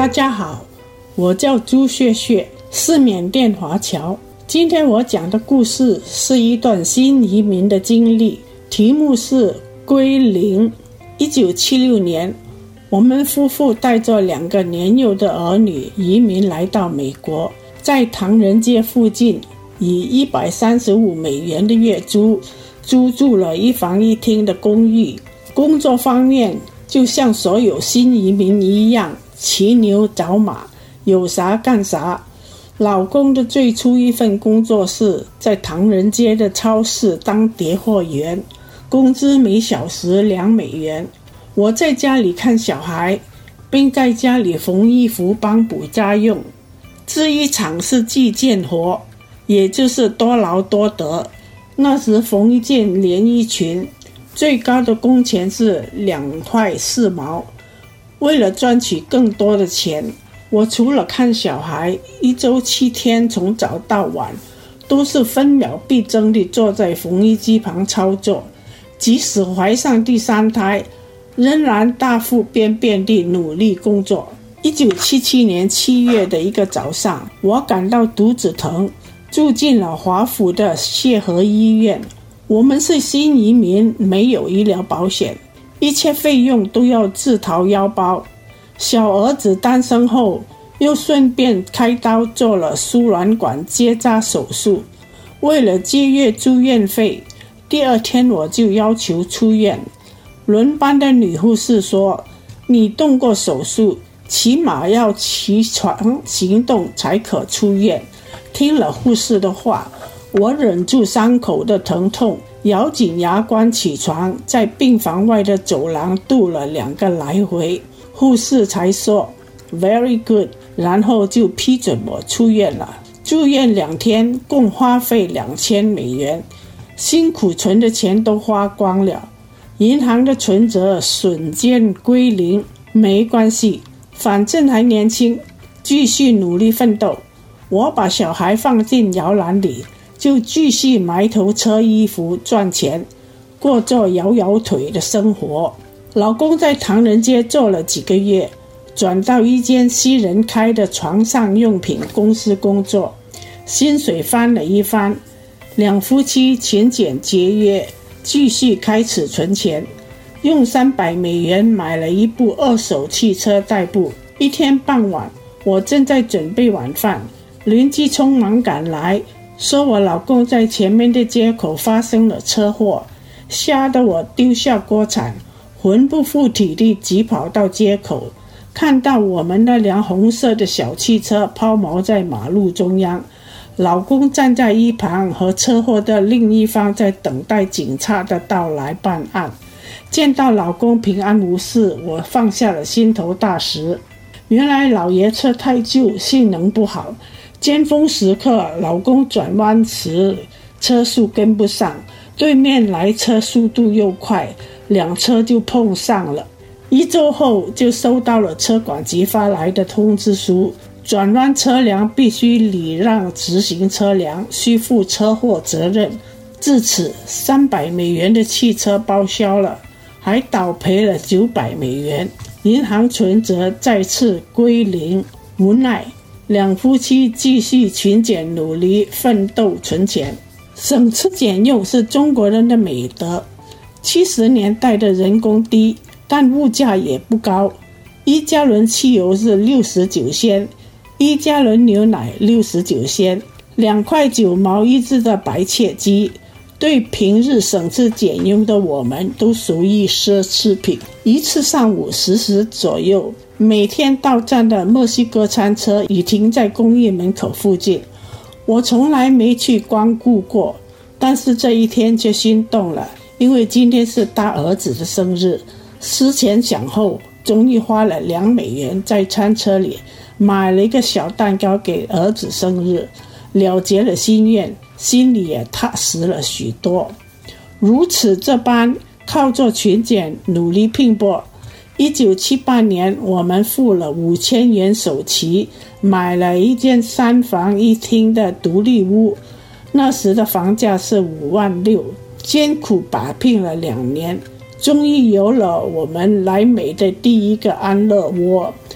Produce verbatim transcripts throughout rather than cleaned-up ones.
大家好，我叫朱雪雪，是缅甸华侨。今天我讲的故事是一段新移民的经历，题目是归零。一九七六年，我们夫妇带着两个年幼的儿女移民来到美国，在唐人街附近以一百三十五美元的月租租住了一房一厅的公寓。工作方面，就像所有新移民一样，骑牛找马，有啥干啥。老公的最初一份工作是在唐人街的超市当叠货员，工资每小时两美元。我在家里看小孩，并在家里缝衣服帮补家用。制衣厂是计件活，也就是多劳多得。那时缝一件连衣裙，最高的工钱是两块四毛。为了赚取更多的钱，我除了看小孩，一周七天从早到晚，都是分秒必争地坐在缝衣机旁操作。即使怀上第三胎，仍然大腹便便地努力工作。一九七七年七月的一个早上，我感到肚子疼，住进了华府的协和医院。我们是新移民，没有医疗保险，一切费用都要自掏腰包。小儿子诞生后，又顺便开刀做了输卵管结扎手术。为了节约住院费，第二天我就要求出院。轮班的女护士说，你动过手术，起码要起床行动才可出院。听了护士的话，我忍住伤口的疼痛，咬紧牙关起床，在病房外的走廊踱了两个来回。护士才说 Very good， 然后就批准我出院了。住院两天，共花费两千美元，辛苦存的钱都花光了，银行的存折瞬间归零。没关系，反正还年轻，继续努力奋斗。我把小孩放进摇篮里，就继续埋头车衣服赚钱，过着摇摇腿的生活。老公在唐人街做了几个月，转到一间西人开的床上用品公司工作，薪水翻了一番。两夫妻勤俭节约，继续开始存钱，用三百美元买了一部二手汽车代步。一天傍晚，我正在准备晚饭，邻居匆忙赶来，说我老公在前面的街口发生了车祸，吓得我丢下锅铲，魂不附体地急跑到街口，看到我们那辆红色的小汽车抛锚在马路中央，老公站在一旁，和车祸的另一方在等待警察的到来办案。见到老公平安无事，我放下了心头大石。原来老爷车太旧，性能不好，尖峰时刻老公转弯时车速跟不上，对面来车速度又快，两车就碰上了。一周后就收到了车管局发来的通知书，转弯车辆必须礼让直行车辆，需负车祸责任。至此三百美元的汽车报销了，还倒赔了九百美元，银行存折再次归零。无奈两夫妻继续勤俭努力奋斗存钱。省吃俭用是中国人的美德。七十年代的人工低，但物价也不高。一加仑汽油是六十九仙，一加仑牛奶六十九仙，两块九毛一只的白切鸡，对平日省吃俭用的我们都属于奢侈品。一次上午十时左右，每天到站的墨西哥餐车已停在公寓门口附近。我从来没去光顾过，但是这一天却心动了，因为今天是大儿子的生日。思前想后，终于花了两美元在餐车里买了一个小蛋糕给儿子生日，了结了心愿，心里也踏实了许多。如此这般靠着勤俭努力拼搏，一九七八年我们付了五千元首期，买了一间三房一厅的独立屋。那时的房价是五万六，艰苦打拼了两年，终于有了我们来美的第一个安乐窝。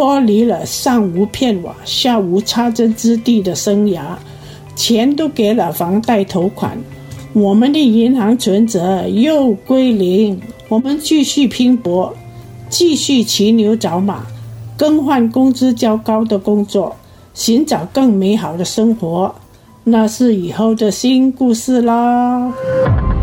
脱离了上无片瓦下无插针之地的生涯，钱都给了房贷头款，我们的银行存折又归零。我们继续拼搏，继续骑牛找马，更换工资较高的工作，寻找更美好的生活，那是以后的新故事啦。